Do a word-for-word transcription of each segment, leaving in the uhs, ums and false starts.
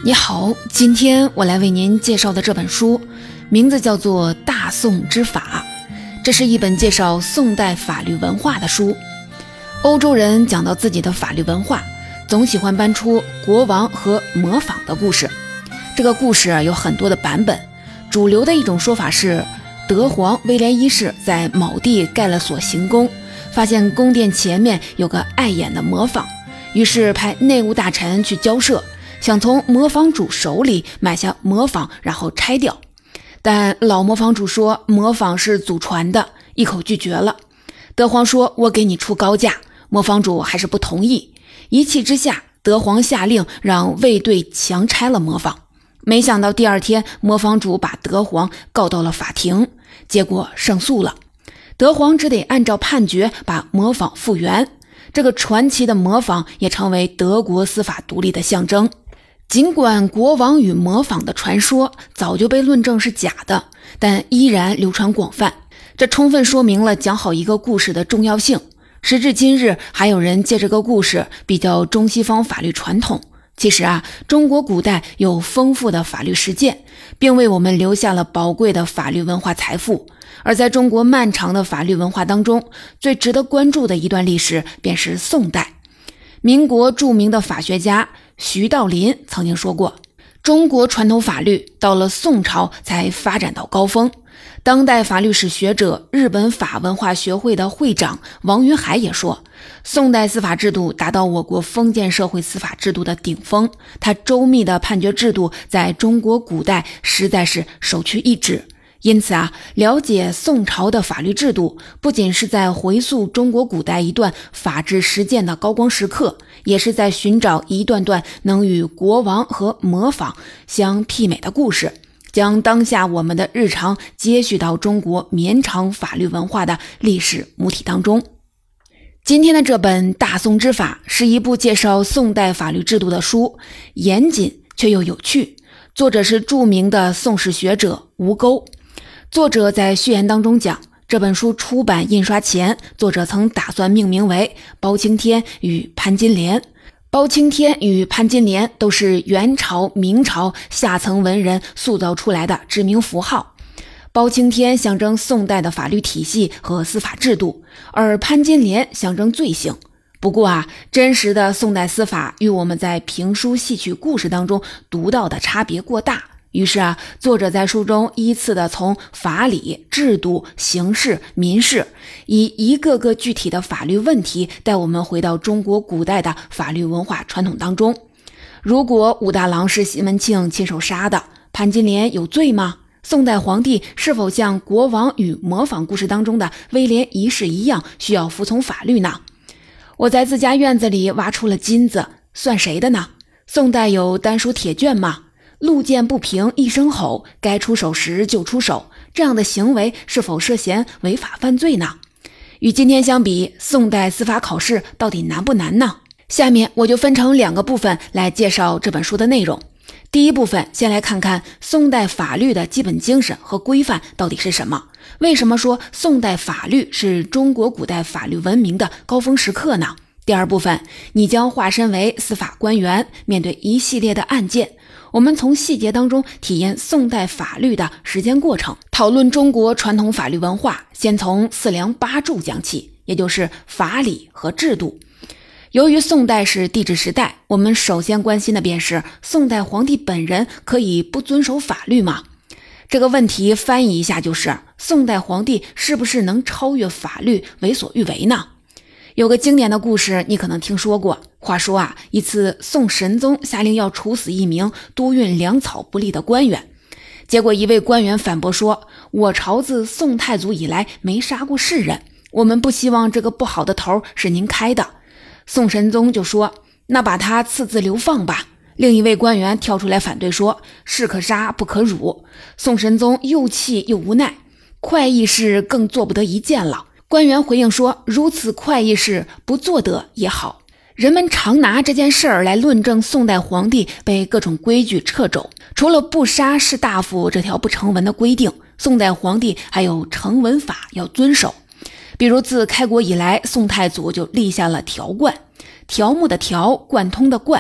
你好，今天我来为您介绍的这本书名字叫做《大宋之法》，这是一本介绍宋代法律文化的书。欧洲人讲到自己的法律文化，总喜欢搬出国王和模仿的故事。这个故事有很多的版本，主流的一种说法是德皇威廉一世在某地盖了所行宫，发现宫殿前面有个碍眼的磨坊，于是派内务大臣去交涉，想从磨坊主手里买下磨坊，然后拆掉。但老磨坊主说磨坊是祖传的，一口拒绝了。德皇说我给你出高价，磨坊主还是不同意。一气之下，德皇下令让卫队强拆了磨坊。没想到第二天，磨坊主把德皇告到了法庭，结果胜诉了。德皇只得按照判决把磨坊复原。这个传奇的磨坊也成为德国司法独立的象征。尽管国王与磨坊的传说早就被论证是假的，但依然流传广泛。这充分说明了讲好一个故事的重要性。时至今日，还有人借这个故事比较中西方法律传统。其实啊，中国古代有丰富的法律实践，并为我们留下了宝贵的法律文化财富。而在中国漫长的法律文化当中，最值得关注的一段历史便是宋代。民国著名的法学家徐道临曾经说过，中国传统法律到了宋朝才发展到高峰。当代法律史学者、日本法文化学会的会长王云海也说，宋代司法制度达到我国封建社会司法制度的顶峰，它周密的判决制度在中国古代实在是首屈一指。因此啊，了解宋朝的法律制度，不仅是在回溯中国古代一段法治实践的高光时刻，也是在寻找一段段能与国王和模仿相媲美的故事，将当下我们的日常接续到中国绵长法律文化的历史母体当中。今天的这本《大宋之法》是一部介绍宋代法律制度的书，严谨却又有趣。作者是著名的宋史学者吴钩。作者在序言当中讲，这本书出版印刷前，作者曾打算命名为包青天与潘金莲。包青天与潘金莲都是元朝、明朝下层文人塑造出来的知名符号。包青天象征宋代的法律体系和司法制度，而潘金莲象征罪行。不过啊，真实的宋代司法与我们在评书戏曲故事当中读到的差别过大。于是啊，作者在书中依次的从法理、制度、刑事、民事，以一个个具体的法律问题带我们回到中国古代的法律文化传统当中。如果武大郎是西门庆亲手杀的，潘金莲有罪吗？宋代皇帝是否像国王与模仿故事当中的威廉一世一样需要服从法律呢？我在自家院子里挖出了金子，算谁的呢？宋代有单书铁券吗？路见不平一声吼，该出手时就出手，这样的行为是否涉嫌违法犯罪呢？与今天相比，宋代司法考试到底难不难呢？下面我就分成两个部分来介绍这本书的内容。第一部分，先来看看宋代法律的基本精神和规范到底是什么？为什么说宋代法律是中国古代法律文明的高峰时刻呢？第二部分，你将化身为司法官员，面对一系列的案件，我们从细节当中体验宋代法律的实践过程，讨论中国传统法律文化。先从四梁八柱讲起，也就是法理和制度。由于宋代是帝制时代，我们首先关心的便是宋代皇帝本人可以不遵守法律吗？这个问题翻译一下就是，宋代皇帝是不是能超越法律为所欲为呢？有个经典的故事你可能听说过。话说啊，一次宋神宗下令要处死一名督运粮草不力的官员，结果一位官员反驳说，我朝自宋太祖以来没杀过士人，我们不希望这个不好的头是您开的。宋神宗就说，那把他赐自流放吧。另一位官员跳出来反对说，士可杀不可辱。宋神宗又气又无奈，快意事更做不得一件了。官员回应说，如此快意事不做得也好。人们常拿这件事儿来论证宋代皇帝被各种规矩掣肘，除了不杀士大夫这条不成文的规定，宋代皇帝还有成文法要遵守。比如自开国以来，宋太祖就立下了条贯，条目的条，贯通的贯，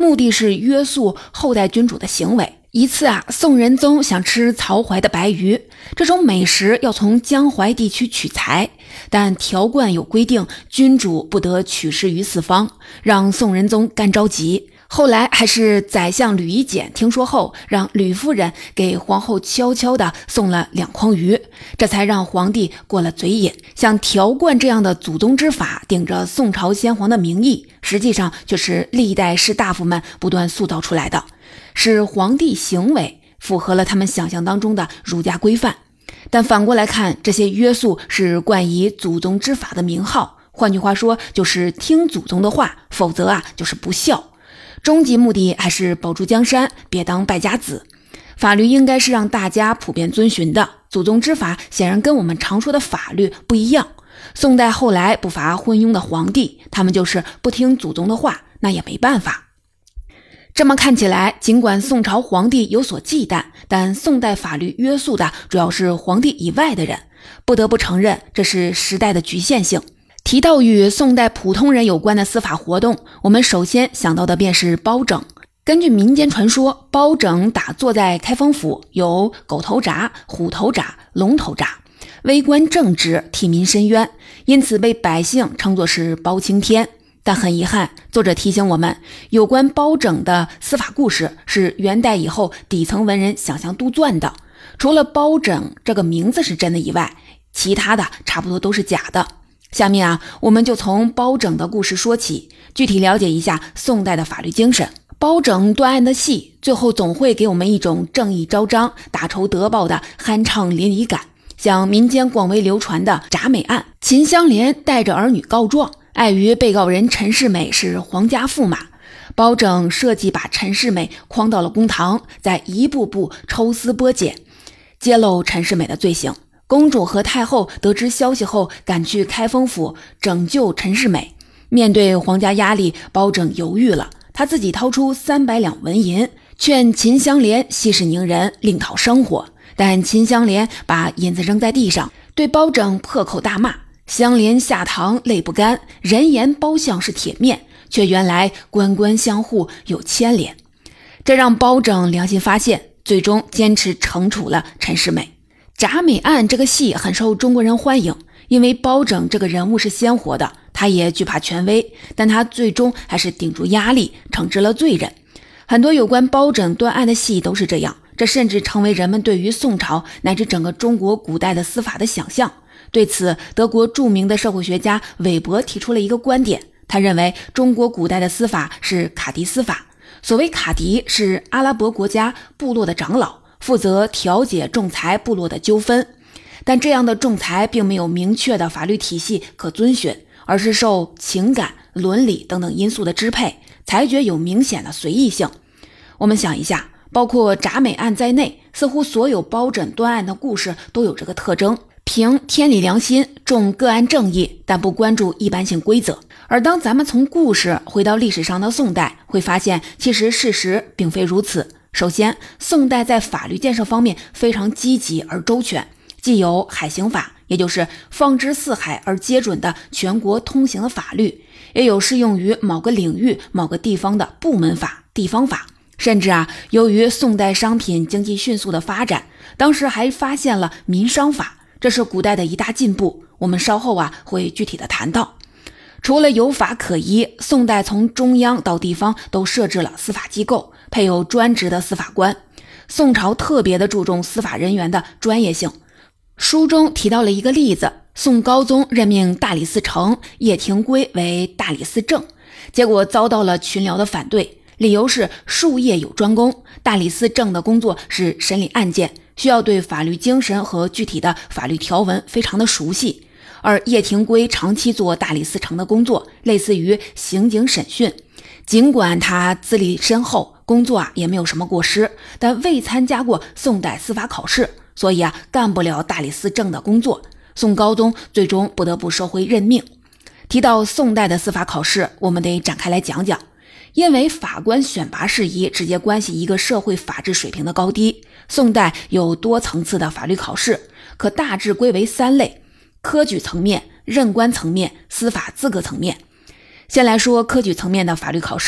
目的是约束后代君主的行为。一次啊，宋仁宗想吃曹怀的白鱼，这种美食要从江淮地区取材，但条贯有规定，君主不得取食于四方，让宋仁宗干着急。后来还是宰相吕夷简听说后，让吕夫人给皇后悄悄地送了两筐鱼，这才让皇帝过了嘴瘾。像条贯这样的祖宗之法，顶着宋朝先皇的名义，实际上就是历代士大夫们不断塑造出来的，使皇帝行为符合了他们想象当中的儒家规范。但反过来看，这些约束是冠以祖宗之法的名号，换句话说就是听祖宗的话，否则啊就是不孝。终极目的还是保住江山，别当败家子。法律应该是让大家普遍遵循的，祖宗之法显然跟我们常说的法律不一样。宋代后来不乏昏庸的皇帝，他们就是不听祖宗的话，那也没办法。这么看起来，尽管宋朝皇帝有所忌惮，但宋代法律约束的主要是皇帝以外的人，不得不承认这是时代的局限性。提到与宋代普通人有关的司法活动，我们首先想到的便是包拯。根据民间传说，包拯打坐在开封府，有狗头铡、虎头铡、龙头铡，微观正直，替民伸冤，因此被百姓称作是包青天。但很遗憾，作者提醒我们，有关包拯的司法故事是元代以后底层文人想象杜撰的，除了包拯这个名字是真的以外，其他的差不多都是假的。下面啊，我们就从包拯的故事说起，具体了解一下宋代的法律精神。包拯断案的戏，最后总会给我们一种正义昭彰、大仇得报的酣畅淋漓感。像民间广为流传的铡美案，秦香莲带着儿女告状，碍于被告人陈世美是皇家驸马，包拯设计把陈世美诓到了公堂，再一步步抽丝剥茧，揭露陈世美的罪行。公主和太后得知消息后，赶去开封府拯救陈世美。面对皇家压力，包拯犹豫了，他自己掏出三百两纹银，劝秦香莲息事宁人，另讨生活。但秦香莲把银子扔在地上，对包拯破口大骂。香莲下堂泪不干，人言包相是铁面，却原来官官相护有牵连。这让包拯良心发现，最终坚持惩处了陈世美。铡美案这个戏很受中国人欢迎，因为包拯这个人物是鲜活的，他也惧怕权威，但他最终还是顶住压力，惩治了罪人。很多有关包拯断案的戏都是这样，这甚至成为人们对于宋朝乃至整个中国古代的司法的想象。对此，德国著名的社会学家韦伯提出了一个观点，他认为中国古代的司法是卡迪司法。所谓卡迪，是阿拉伯国家部落的长老，负责调解仲裁部落的纠纷，但这样的仲裁并没有明确的法律体系可遵循，而是受情感、伦理等等因素的支配，裁决有明显的随意性。我们想一下，包括铡美案在内，似乎所有包拯断案的故事都有这个特征，凭天理良心，重个案正义，但不关注一般性规则。而当咱们从故事回到历史上的宋代，会发现其实事实并非如此。首先，宋代在法律建设方面非常积极而周全，既有海刑法，也就是放之四海而皆准的全国通行的法律，也有适用于某个领域某个地方的部门法、地方法。甚至啊，由于宋代商品经济迅速的发展，当时还发现了民商法，这是古代的一大进步，我们稍后啊会具体的谈到。除了有法可依，宋代从中央到地方都设置了司法机构，配有专职的司法官。宋朝特别的注重司法人员的专业性。书中提到了一个例子，宋高宗任命大理寺丞叶廷圭为大理寺正，结果遭到了群僚的反对，理由是术业有专攻，大理寺正的工作是审理案件，需要对法律精神和具体的法律条文非常的熟悉。而叶廷圭长期做大理寺丞的工作，类似于刑警审讯，尽管他资历深厚，工作啊也没有什么过失，但未参加过宋代司法考试，所以啊干不了大理寺正的工作。宋高宗最终不得不收回任命。提到宋代的司法考试，我们得展开来讲讲。因为法官选拔事宜直接关系一个社会法治水平的高低，宋代有多层次的法律考试，可大致归为三类：科举层面、任官层面、司法资格层面。先来说科举层面的法律考试。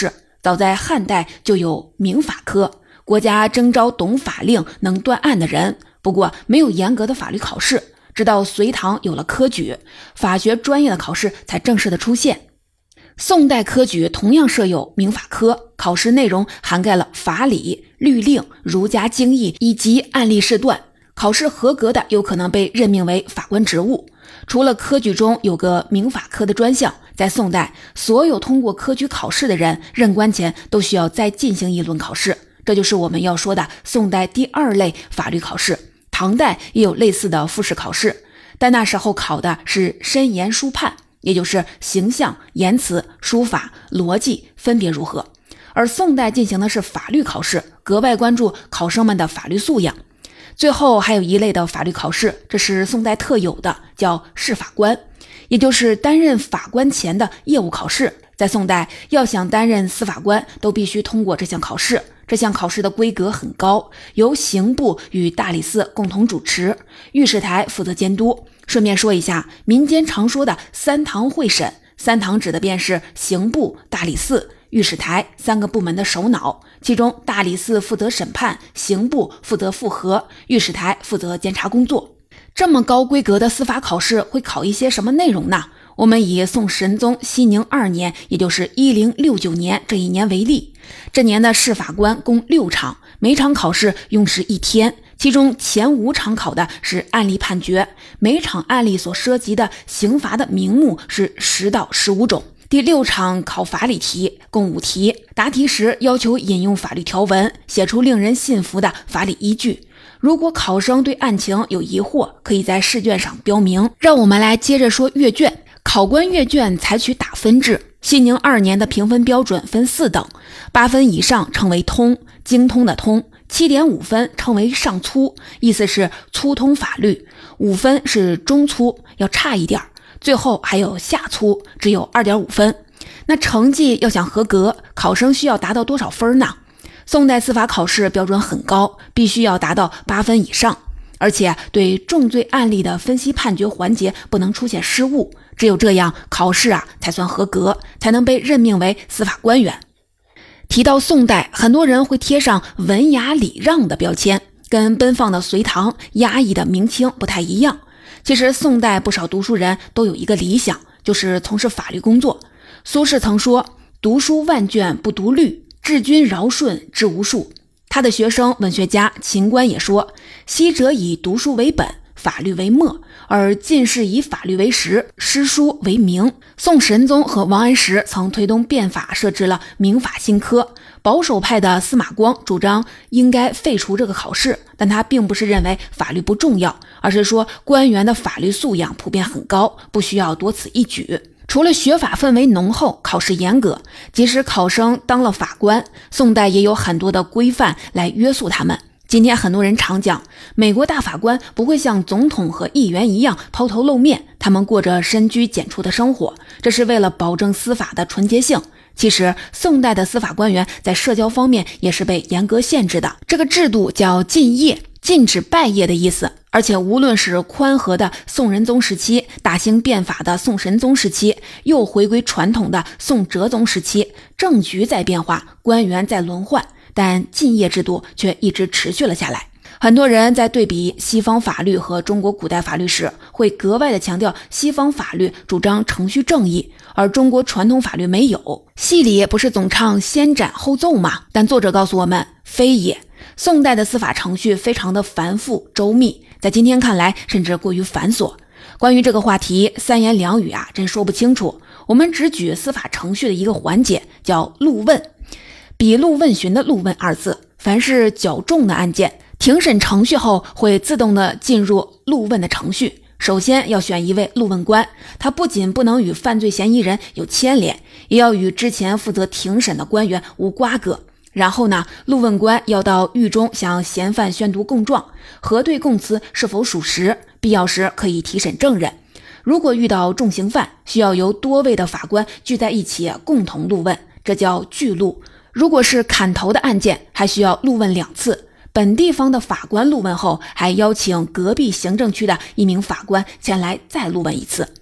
早在汉代就有民法科，国家征召懂法令能断案的人，不过没有严格的法律考试。直到隋唐有了科举，法学专业的考试才正式的出现。宋代科举同样设有民法科，考试内容涵盖了法理、律令、儒家经义以及案例事断。考试合格的有可能被任命为法官职务。除了科举中有个民法科的专项，在宋代，所有通过科举考试的人任官前都需要再进行一轮考试，这就是我们要说的宋代第二类法律考试。唐代也有类似的复试考试，但那时候考的是申言书判，也就是形象、言辞、书法、逻辑分别如何。而宋代进行的是法律考试，格外关注考生们的法律素养。最后还有一类的法律考试，这是宋代特有的，叫试法官，也就是担任法官前的业务考试。在宋代，要想担任司法官，都必须通过这项考试。这项考试的规格很高，由刑部与大理寺共同主持，御史台负责监督。顺便说一下，民间常说的三堂会审，三堂指的便是刑部、大理寺、御史台三个部门的首脑，其中大理寺负责审判，刑部负责复核，御史台负责监察工作。这么高规格的司法考试会考一些什么内容呢？我们以宋神宗熙宁二年，也就是一零六九年这一年为例，这年的试法官共六场，每场考试用时一天，其中前五场考的是案例判决，每场案例所涉及的刑罚的名目是十到十五种。第六场考法理题，共五题，答题时要求引用法律条文，写出令人信服的法理依据。如果考生对案情有疑惑，可以在试卷上标明。让我们来接着说阅卷。考官阅卷采取打分制，熙宁二年的评分标准分四等，八分以上称为通，精通的通， 七点五 分称为上粗，意思是粗通法律，五分是中粗，要差一点，最后还有下粗，只有 二点五 分。那成绩要想合格，考生需要达到多少分呢？宋代司法考试标准很高，必须要达到八分以上，而且对重罪案例的分析判决环节不能出现失误，只有这样考试啊才算合格，才能被任命为司法官员。提到宋代，很多人会贴上文雅礼让的标签，跟奔放的隋唐、压抑的明清不太一样。其实宋代不少读书人都有一个理想，就是从事法律工作。苏轼曾说，读书万卷不读律，治君尧舜知无数。他的学生文学家秦观也说，昔者以读书为本，法律为末，而近世以法律为实，诗书为名。宋神宗和王安石曾推动变法，设置了民法新科。保守派的司马光主张应该废除这个考试，但他并不是认为法律不重要，而是说官员的法律素养普遍很高，不需要多此一举。除了学法氛围浓厚，考试严格，即使考生当了法官，宋代也有很多的规范来约束他们。今天很多人常讲，美国大法官不会像总统和议员一样抛头露面，他们过着深居简出的生活，这是为了保证司法的纯洁性。其实宋代的司法官员在社交方面也是被严格限制的，这个制度叫禁业，禁止拜谒的意思。而且无论是宽和的宋仁宗时期，大兴变法的宋神宗时期，又回归传统的宋哲宗时期，政局在变化，官员在轮换，但禁业制度却一直持续了下来。很多人在对比西方法律和中国古代法律时，会格外的强调西方法律主张程序正义，而中国传统法律没有。戏里不是总唱先斩后奏吗？但作者告诉我们，非也。宋代的司法程序非常的繁复周密，在今天看来甚至过于繁琐。关于这个话题，三言两语啊真说不清楚，我们只举司法程序的一个环节，叫录问。笔录问询的录问二字，凡是较重的案件，庭审程序后会自动的进入录问的程序。首先要选一位录问官，他不仅不能与犯罪嫌疑人有牵连，也要与之前负责庭审的官员无瓜葛。然后呢，录问官要到狱中向嫌犯宣读供状，核对供词是否属实，必要时可以提审证人。如果遇到重刑犯，需要由多位的法官聚在一起共同录问，这叫聚录。如果是砍头的案件，还需要录问两次。本地方的法官录问后，还邀请隔壁行政区的一名法官前来再录问一次。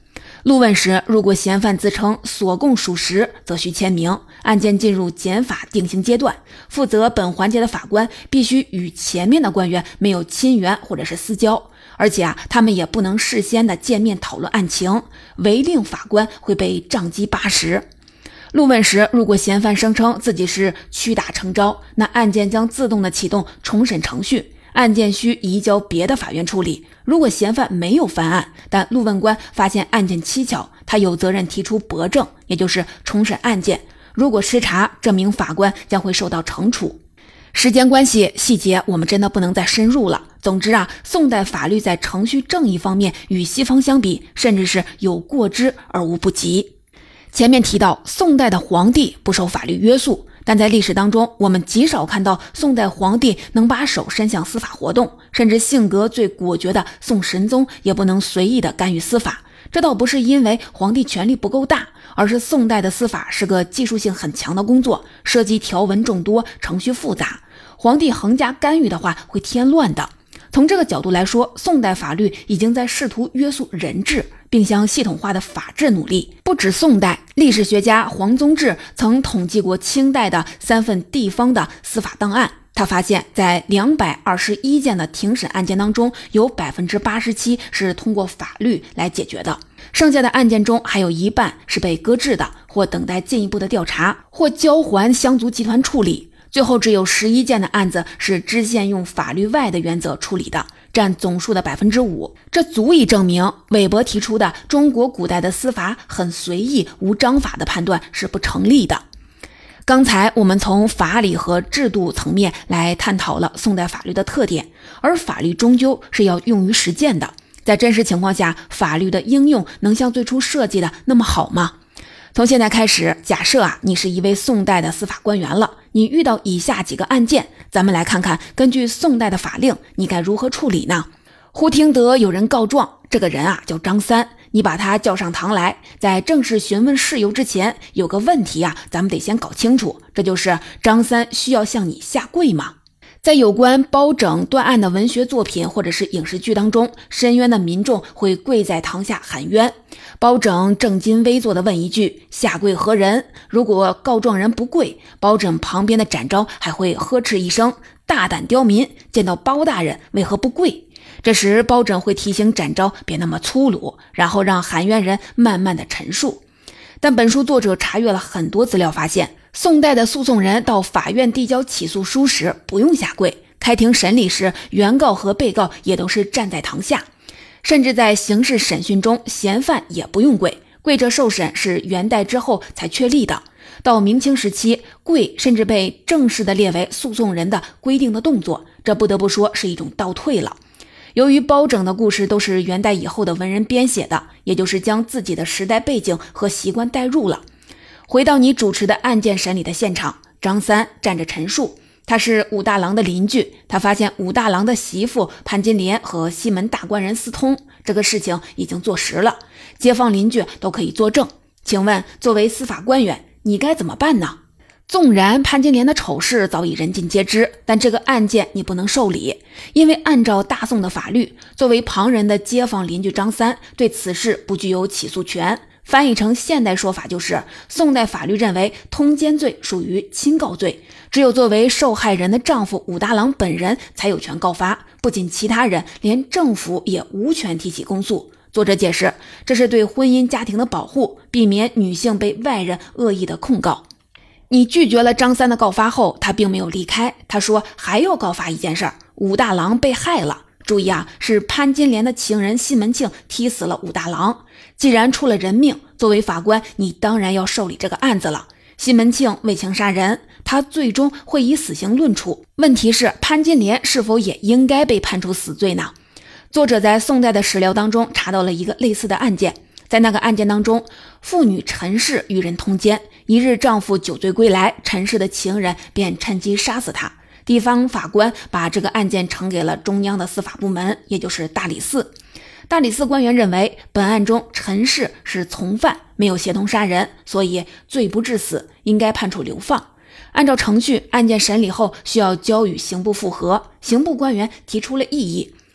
录问时，如果嫌犯自称所供属实，则需签名。案件进入检法定性阶段，负责本环节的法官必须与前面的官员没有亲缘或者是私交，而且啊，他们也不能事先的见面讨论案情，违令法官会被杖击八十。录问时，如果嫌犯声称自己是屈打成招，那案件将自动的启动重审程序，案件需移交别的法院处理。如果嫌犯没有犯案，但录问官发现案件蹊跷，他有责任提出驳正，也就是重审案件。如果失察，这名法官将会受到惩处。时间关系，细节我们真的不能再深入了。总之啊，宋代法律在程序正义方面与西方相比，甚至是有过之而无不及。前面提到，宋代的皇帝不受法律约束，但在历史当中，我们极少看到宋代皇帝能把手伸向司法活动，甚至性格最果决的宋神宗也不能随意的干预司法。这倒不是因为皇帝权力不够大，而是宋代的司法是个技术性很强的工作，涉及条文众多，程序复杂，皇帝横加干预的话会添乱的。从这个角度来说，宋代法律已经在试图约束人治，并向系统化的法治努力。不止宋代，历史学家黄宗智曾统计过清代的三份地方的司法档案，他发现在两百二十一件的庭审案件当中，有 百分之八十七 是通过法律来解决的，剩下的案件中还有一半是被搁置的，或等待进一步的调查，或交还湘族集团处理。最后只有十一件的案子是知县用法律外的原则处理的，占总数的 百分之五。 这足以证明韦伯提出的中国古代的司法很随意无章法的判断是不成立的。刚才我们从法理和制度层面来探讨了宋代法律的特点，而法律终究是要用于实践的，在真实情况下，法律的应用能像最初设计的那么好吗？从现在开始，假设啊，你是一位宋代的司法官员了，你遇到以下几个案件，咱们来看看根据宋代的法令，你该如何处理呢？忽听得有人告状，这个人啊叫张三，你把他叫上堂来，在正式询问事由之前，有个问题啊，咱们得先搞清楚，这就是张三需要向你下跪吗？在有关包拯断案的文学作品或者是影视剧当中，申冤的民众会跪在堂下喊冤，包拯正襟危坐地问一句，下跪何人？如果告状人不跪，包拯旁边的展昭还会呵斥一声，大胆刁民，见到包大人为何不跪？这时包拯会提醒展昭别那么粗鲁，然后让喊冤人慢慢的陈述。但本书作者查阅了很多资料，发现宋代的诉讼人到法院递交起诉书时不用下跪，开庭审理时原告和被告也都是站在堂下，甚至在刑事审讯中嫌犯也不用跪，跪着受审是元代之后才确立的。到明清时期，跪甚至被正式的列为诉讼人的规定的动作，这不得不说是一种倒退了。由于包拯的故事都是元代以后的文人编写的，也就是将自己的时代背景和习惯带入了。回到你主持的案件审理的现场，张三站着陈述，他是武大郎的邻居，他发现武大郎的媳妇潘金莲和西门大官人私通，这个事情已经坐实了，街坊邻居都可以作证。请问作为司法官员，你该怎么办呢？纵然潘金莲的丑事早已人尽皆知，但这个案件你不能受理，因为按照大宋的法律，作为旁人的街坊邻居张三对此事不具有起诉权。翻译成现代说法就是，宋代法律认为通奸罪属于亲告罪，只有作为受害人的丈夫武大郎本人才有权告发，不仅其他人，连政府也无权提起公诉。作者解释，这是对婚姻家庭的保护，避免女性被外人恶意的控告。你拒绝了张三的告发后，他并没有离开，他说还要告发一件事儿，武大郎被害了。注意啊，是潘金莲的情人西门庆踢死了武大郎。既然出了人命，作为法官，你当然要受理这个案子了。西门庆为情杀人，他最终会以死刑论处。问题是，潘金莲是否也应该被判处死罪呢？作者在宋代的史料当中查到了一个类似的案件，在那个案件当中，妇女陈氏与人通奸，一日丈夫酒醉归来，陈氏的情人便趁机杀死他。地方法官把这个案件呈给了中央的司法部门，也就是大理寺。大理寺官员认为本案中陈氏是从犯，没有协同杀人，所以罪不至死，应该判处流放。按照程序，案件审理后需要交予刑部复核，刑部官员提出了异议，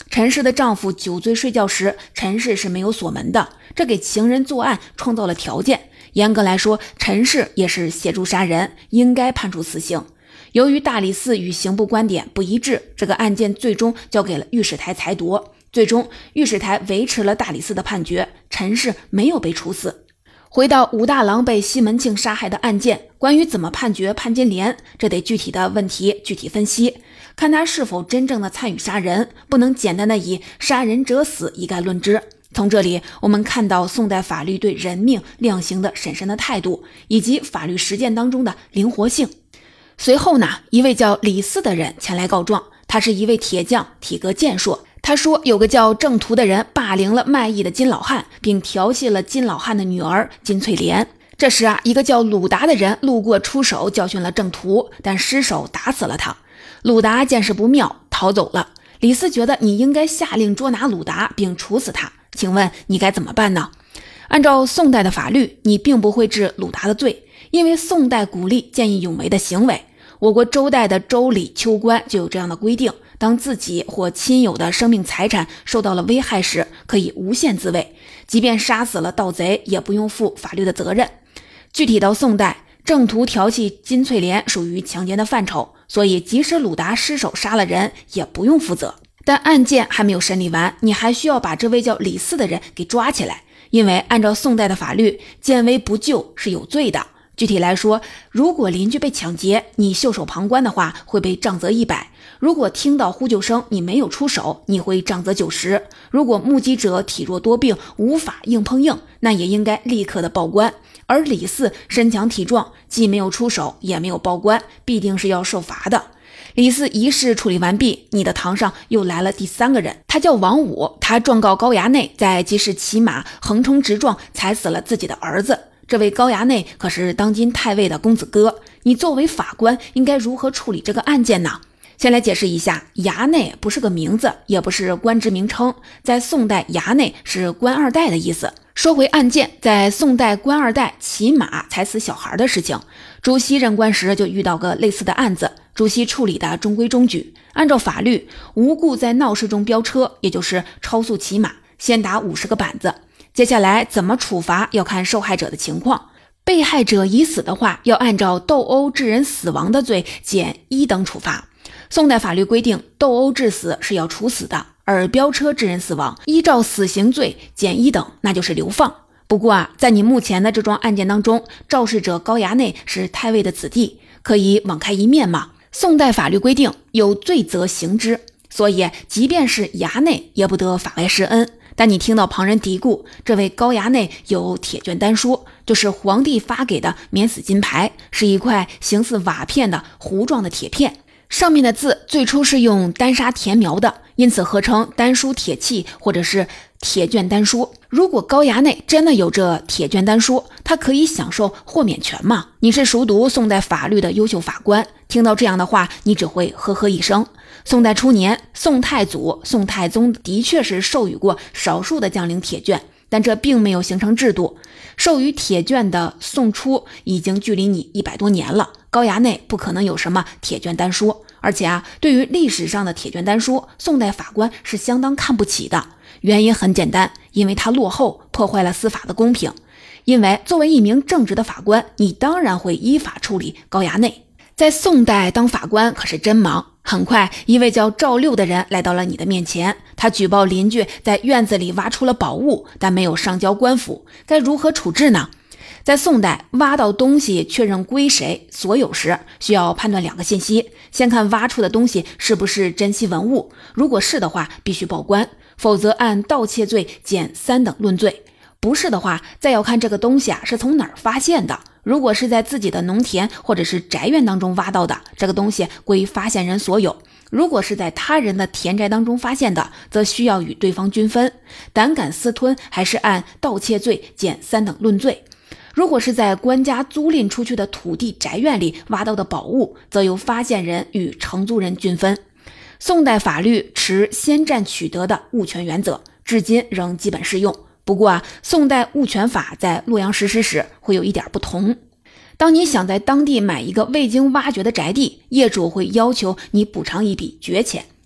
陈氏的丈夫酒醉睡觉时，陈氏是没有锁门的，这给情人作案创造了条件。严格来说，陈氏也是协助杀人，应该判处死刑。由于大理寺与刑部观点不一致，这个案件最终交给了御史台裁夺。最终，御史台维持了大理寺的判决，陈氏没有被处死。回到武大郎被西门庆杀害的案件，关于怎么判决潘金莲，这得具体的问题具体分析，看他是否真正的参与杀人，不能简单的以杀人者死一概论之。从这里我们看到宋代法律对人命量刑的审慎的态度，以及法律实践当中的灵活性。随后呢，一位叫李四的人前来告状，他是一位铁匠，体格健硕。他说有个叫郑屠的人霸凌了卖艺的金老汉，并调戏了金老汉的女儿金翠莲。这时啊，一个叫鲁达的人路过出手教训了郑屠，但失手打死了他。鲁达见势不妙，逃走了。李四觉得你应该下令捉拿鲁达并处死他，请问你该怎么办呢？按照宋代的法律，你并不会治鲁达的罪，因为宋代鼓励见义勇为的行为。我国周代的周礼秋官就有这样的规定，当自己或亲友的生命财产受到了危害时，可以无限自卫，即便杀死了盗贼也不用负法律的责任。具体到宋代，郑屠调戏金翠莲属于强奸的范畴，所以即使鲁达失手杀了人也不用负责。但案件还没有审理完，你还需要把这位叫李四的人给抓起来，因为按照宋代的法律，见危不救是有罪的。具体来说，如果邻居被抢劫，你袖手旁观的话，会被杖责一百；如果听到呼救声，你没有出手，你会杖责九十；如果目击者体弱多病，无法硬碰硬，那也应该立刻的报官。而李四身强体壮，既没有出手，也没有报官，必定是要受罚的。李四一事处理完毕，你的堂上又来了第三个人，他叫王武，他状告高衙内在集市骑马横冲直撞，踩死了自己的儿子。这位高衙内可是当今太尉的公子哥，你作为法官应该如何处理这个案件呢？先来解释一下，衙内不是个名字，也不是官职名称，在宋代衙内是官二代的意思。说回案件，在宋代官二代骑马踩死小孩的事情，朱熹任官时就遇到个类似的案子，朱熹处理的中规中矩。按照法律，无故在闹市中飙车，也就是超速骑马，先打五十个板子。接下来怎么处罚要看受害者的情况，被害者已死的话，要按照斗殴致人死亡的罪减一等处罚。宋代法律规定，斗殴致死是要处死的，而飙车致人死亡，依照死刑罪减一等，那就是流放。不过啊，在你目前的这桩案件当中，肇事者高衙内是太尉的子弟，可以网开一面吗？宋代法律规定，有罪则刑之，所以即便是衙内也不得法外施恩。但你听到旁人嘀咕，这位高衙内有铁卷丹书，就是皇帝发给的免死金牌，是一块形似瓦片的糊状的铁片，上面的字最初是用丹砂填描的，因此合称丹书铁器或者是铁卷丹书。如果高衙内真的有这铁卷丹书，他可以享受豁免权吗？你是熟读宋代法律的优秀法官，听到这样的话，你只会呵呵一声。宋代初年，宋太祖、宋太宗的确是授予过少数的将领铁卷，但这并没有形成制度。授予铁卷的宋初已经距离你一百多年了，高衙内不可能有什么铁卷丹书。而且啊，对于历史上的铁卷丹书，宋代法官是相当看不起的。原因很简单，因为它落后，破坏了司法的公平。因为作为一名正直的法官，你当然会依法处理高衙内。在宋代当法官可是真忙。很快，一位叫赵六的人来到了你的面前，他举报邻居在院子里挖出了宝物，但没有上交官府，该如何处置呢？在宋代，挖到东西确认归谁所有时，需要判断两个信息，先看挖出的东西是不是珍稀文物，如果是的话，必须报官，否则按盗窃罪减三等论罪。不是的话，再要看这个东西啊是从哪儿发现的。如果是在自己的农田或者是宅院当中挖到的，这个东西归发现人所有；如果是在他人的田宅当中发现的，则需要与对方均分。胆敢私吞，还是按盗窃罪减三等论罪。如果是在官家租赁出去的土地宅院里挖到的宝物，则由发现人与承租人均分。宋代法律持先占取得的物权原则，至今仍基本适用。不过啊，宋代物权法在洛阳实施时会有一点不同。当你想在当地买一个未经挖掘的宅地，业主会要求你补偿一笔掘钱，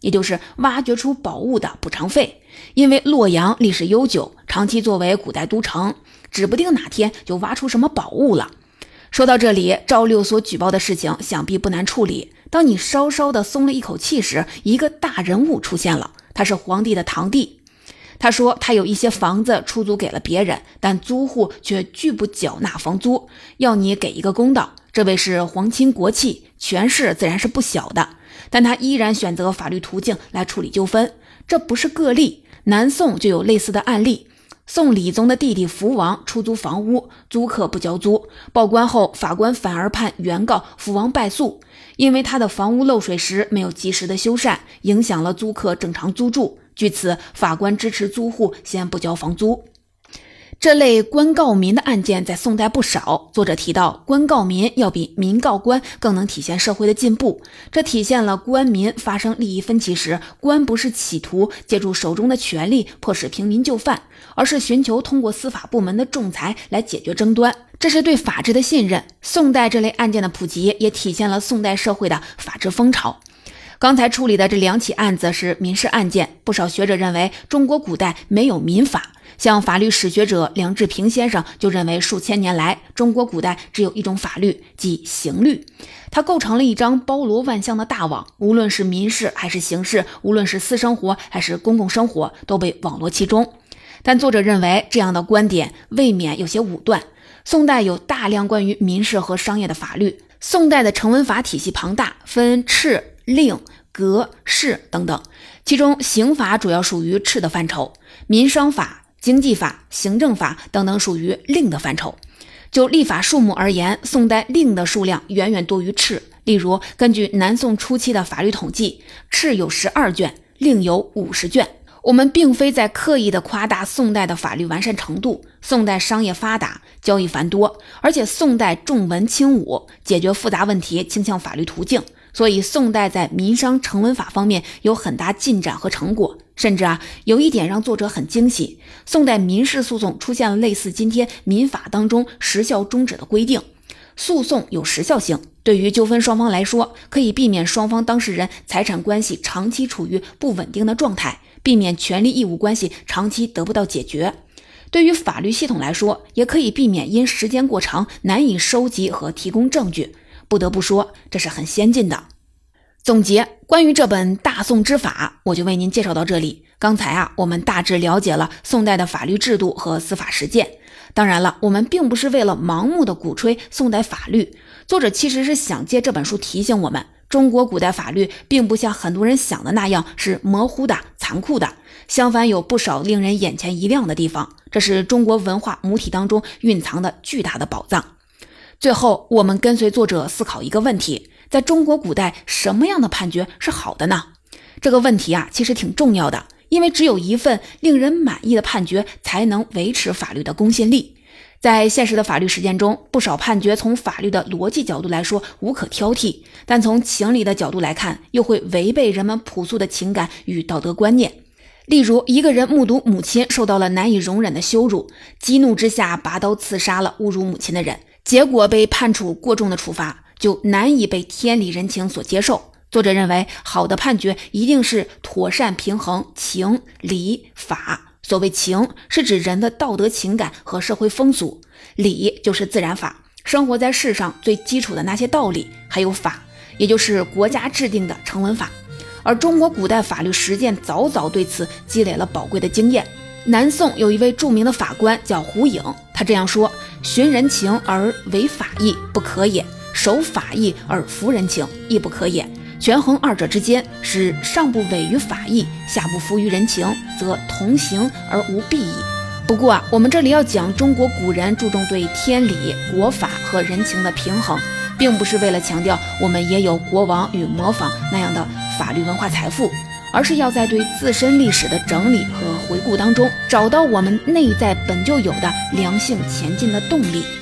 也就是挖掘出宝物的补偿费。因为洛阳历史悠久，长期作为古代都城，指不定哪天就挖出什么宝物了。说到这里，赵六所举报的事情想必不难处理。当你稍稍的松了一口气时，一个大人物出现了，他是皇帝的堂弟。他说他有一些房子出租给了别人，但租户却拒不缴纳房租，要你给一个公道。这位是皇亲国戚，权势自然是不小的，但他依然选择法律途径来处理纠纷。这不是个例，南宋就有类似的案例。宋理宗的弟弟福王出租房屋，租客不交租，报官后法官反而判原告福王败诉，因为他的房屋漏水时没有及时的修缮，影响了租客正常租住。据此，法官支持租户先不交房租。这类官告民的案件在宋代不少，作者提到官告民要比民告官更能体现社会的进步，这体现了官民发生利益分歧时，官不是企图借助手中的权力迫使平民就范，而是寻求通过司法部门的仲裁来解决争端，这是对法治的信任。宋代这类案件的普及也体现了宋代社会的法治风潮。刚才处理的这两起案子是民事案件，不少学者认为中国古代没有民法，像法律史学者梁志平先生就认为数千年来中国古代只有一种法律，即刑律，它构成了一张包罗万象的大网，无论是民事还是刑事，无论是私生活还是公共生活，都被网罗其中。但作者认为这样的观点未免有些武断。宋代有大量关于民事和商业的法律，宋代的成文法体系庞大，分敕、令、格、式等等，其中刑法主要属于敕的范畴，民商法、经济法、行政法等等属于令的范畴。就立法数目而言，宋代令的数量远远多于敕。例如，根据南宋初期的法律统计，敕有十二卷，令有五十卷。我们并非在刻意的夸大宋代的法律完善程度，宋代商业发达，交易繁多，而且宋代重文轻武，解决复杂问题倾向法律途径，所以宋代在民商成文法方面有很大进展和成果。甚至啊，有一点让作者很惊喜，宋代民事诉讼出现了类似今天民法当中时效终止的规定。诉讼有时效性，对于纠纷双方来说，可以避免双方当事人财产关系长期处于不稳定的状态，避免权利义务关系长期得不到解决。对于法律系统来说，也可以避免因时间过长难以收集和提供证据。不得不说，这是很先进的。总结关于这本大宋之法，我就为您介绍到这里。刚才啊，我们大致了解了宋代的法律制度和司法实践。当然了，我们并不是为了盲目的鼓吹宋代法律，作者其实是想借这本书提醒我们，中国古代法律并不像很多人想的那样是模糊的、残酷的，相反有不少令人眼前一亮的地方，这是中国文化母体当中蕴藏的巨大的宝藏。最后，我们跟随作者思考一个问题，在中国古代什么样的判决是好的呢？这个问题啊，其实挺重要的，因为只有一份令人满意的判决才能维持法律的公信力。在现实的法律实践中，不少判决从法律的逻辑角度来说无可挑剔，但从情理的角度来看，又会违背人们朴素的情感与道德观念。例如，一个人目睹母亲受到了难以容忍的羞辱，激怒之下拔刀刺杀了侮辱母亲的人，结果被判处过重的处罚，就难以被天理人情所接受。作者认为，好的判决一定是妥善平衡情、理、法。所谓情，是指人的道德情感和社会风俗；理就是自然法，生活在世上最基础的那些道理；还有法，也就是国家制定的成文法。而中国古代法律实践早早对此积累了宝贵的经验。南宋有一位著名的法官叫胡颖，他这样说：循人情而违法义，不可也；守法义而服人情，亦不可也。权衡二者之间，使上不违于法义，下不服于人情，则同行而无弊矣。不过啊，我们这里要讲中国古人注重对天理、国法和人情的平衡，并不是为了强调我们也有国王与模仿那样的法律文化财富，而是要在对自身历史的整理和回顾当中，找到我们内在本就有的良性前进的动力。